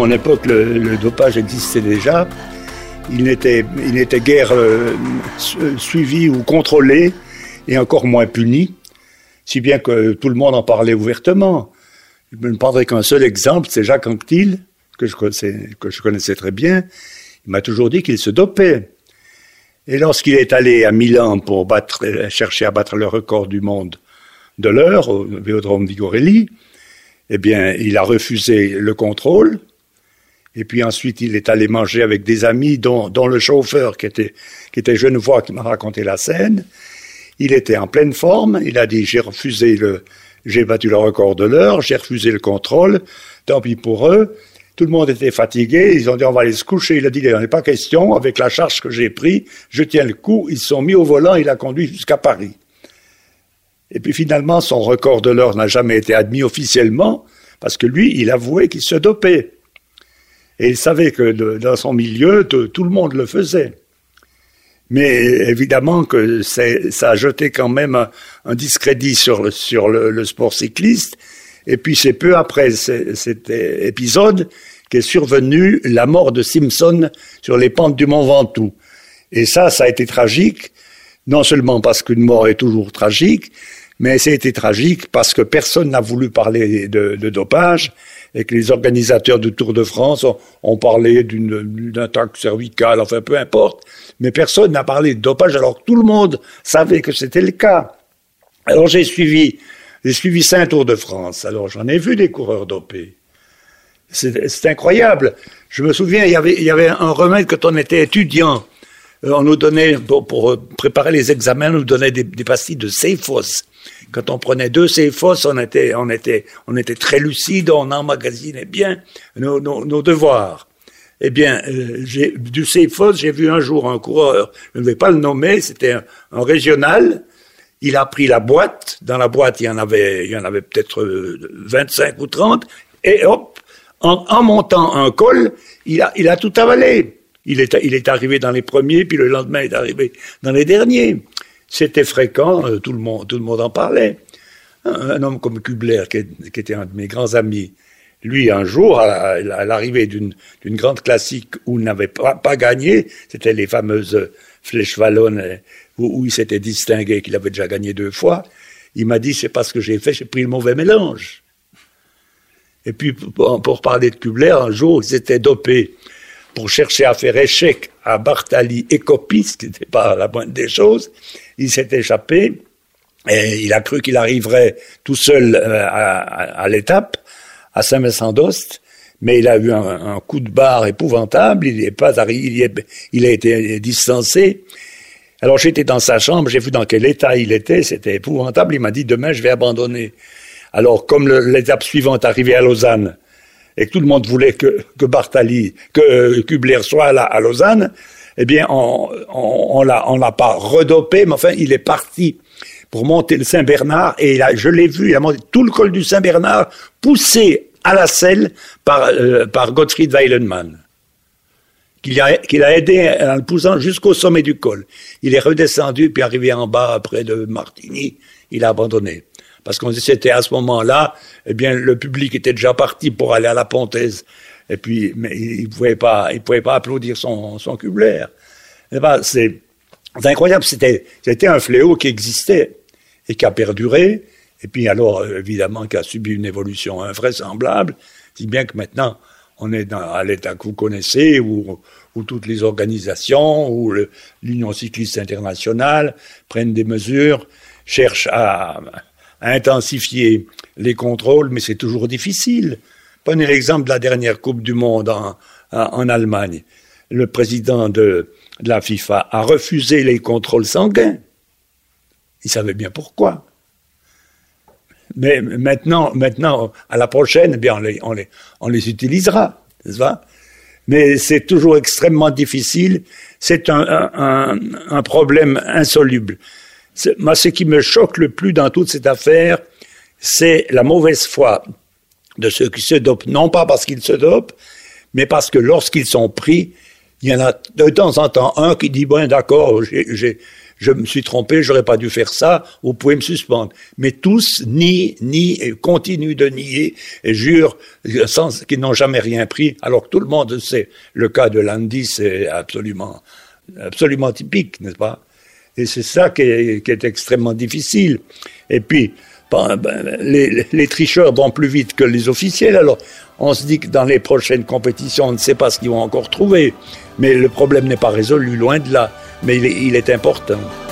mon époque, le dopage existait déjà. Il n'était guère suivi ou contrôlé, et encore moins puni, si bien que tout le monde en parlait ouvertement. Je ne prendrai qu'un seul exemple, c'est Jacques Anquetil, que je connaissais très bien. Il m'a toujours dit qu'il se dopait. Et lorsqu'il est allé à Milan pour chercher à battre le record du monde de l'heure, au Vélodrome Vigorelli, eh bien, il a refusé le contrôle. Et puis ensuite, il est allé manger avec des amis, dont le chauffeur qui était genevois, qui m'a raconté la scène. Il était en pleine forme. Il a dit, j'ai battu le record de l'heure, j'ai refusé le contrôle. Tant pis pour eux. Tout le monde était fatigué. Ils ont dit, on va aller se coucher. Il a dit, il n'en est pas question. Avec la charge que j'ai prise, je tiens le coup. Ils se sont mis au volant. Il a conduit jusqu'à Paris. Et puis finalement, son record de l'heure n'a jamais été admis officiellement, parce que lui, il avouait qu'il se dopait. Et il savait que dans son milieu, tout le monde le faisait. Mais évidemment que ça a jeté quand même un discrédit sur le sport cycliste. Et puis c'est peu après cet épisode qu'est survenue la mort de Simpson sur les pentes du Mont Ventoux. Et ça a été tragique, non seulement parce qu'une mort est toujours tragique, mais ça a été tragique parce que personne n'a voulu parler de dopage, et que les organisateurs du Tour de France ont parlé d'une attaque cervicale, enfin peu importe, mais personne n'a parlé de dopage alors que tout le monde savait que c'était le cas. Alors j'ai suivi 5 Tours de France, alors j'en ai vu des coureurs dopés. C'est incroyable. Je me souviens, il y avait un remède quand on était étudiant. On nous donnait, pour préparer les examens, on nous donnait des pastilles de Céphos. Quand on prenait 2 Céphos, on était très lucide, on emmagasinait bien nos devoirs. Eh bien, du Céphos, j'ai vu un jour un coureur, je ne vais pas le nommer, c'était un régional. Il a pris la boîte. Dans la boîte, il y en avait peut-être 25 ou 30. Et hop, en montant un col, il a tout avalé. Il est arrivé dans les premiers, puis le lendemain, il est arrivé dans les derniers. C'était fréquent, tout le monde en parlait. Un homme comme Kubler, qui était un de mes grands amis, lui, un jour, à l'arrivée d'une grande classique où il n'avait pas gagné, c'était les fameuses Flèches Wallonnes, où il s'était distingué, qu'il avait déjà gagné 2 fois, il m'a dit, c'est pas ce que j'ai fait, j'ai pris le mauvais mélange. Et puis, pour parler de Kubler, un jour, il s'était dopé pour chercher à faire échec à Bartali et Coppi, ce qui n'était pas la moindre des choses. Il s'est échappé et il a cru qu'il arriverait tout seul à l'étape, à Saint-Vincent-d'Ost, mais il a eu un coup de barre épouvantable, il n'est pas arrivé, il a été distancé. Alors j'étais dans sa chambre, j'ai vu dans quel état il était, c'était épouvantable, il m'a dit demain je vais abandonner. Alors comme l'étape suivante arrivait à Lausanne, et que tout le monde voulait que Kubler soit là à Lausanne, eh bien on l'a pas redopé, mais enfin il est parti pour monter le Saint-Bernard, et je l'ai vu, il a monté tout le col du Saint-Bernard, poussé à la selle par Gottfried Weilenmann, qu'il a aidé en le poussant jusqu'au sommet du col. Il est redescendu, puis arrivé en bas, près de Martigny, il a abandonné. Parce qu'on dit c'était à ce moment-là, eh bien, le public était déjà parti pour aller à la Pontaise. Et puis, mais il pouvait pas applaudir son Kubler. Eh ben, c'est incroyable. C'était un fléau qui existait et qui a perduré. Et puis, alors, évidemment, qui a subi une évolution invraisemblable. Si bien que maintenant, on est à l'état que vous connaissez, où toutes les organisations, où l'Union cycliste internationale prennent des mesures, cherchent à intensifier les contrôles, mais c'est toujours difficile. Prenez l'exemple de la dernière Coupe du Monde en Allemagne. Le président de la FIFA a refusé les contrôles sanguins. Il savait bien pourquoi. Mais maintenant, à la prochaine, eh bien, on les utilisera, n'est-ce pas? Mais c'est toujours extrêmement difficile. C'est un problème insoluble. Moi, ce qui me choque le plus dans toute cette affaire, c'est la mauvaise foi de ceux qui se dopent, non pas parce qu'ils se dopent, mais parce que lorsqu'ils sont pris, il y en a de temps en temps un qui dit, bon, d'accord, je me suis trompé, j'aurais pas dû faire ça, vous pouvez me suspendre. Mais tous nient, et continuent de nier, et jurent qu'ils n'ont jamais rien pris, alors que tout le monde sait. Le cas de Landy, c'est absolument typique, n'est-ce pas? Et c'est ça qui est extrêmement difficile. Et puis, les tricheurs vont plus vite que les officiels, alors on se dit que dans les prochaines compétitions, on ne sait pas ce qu'ils vont encore trouver. Mais le problème n'est pas résolu, loin de là. Mais il est important.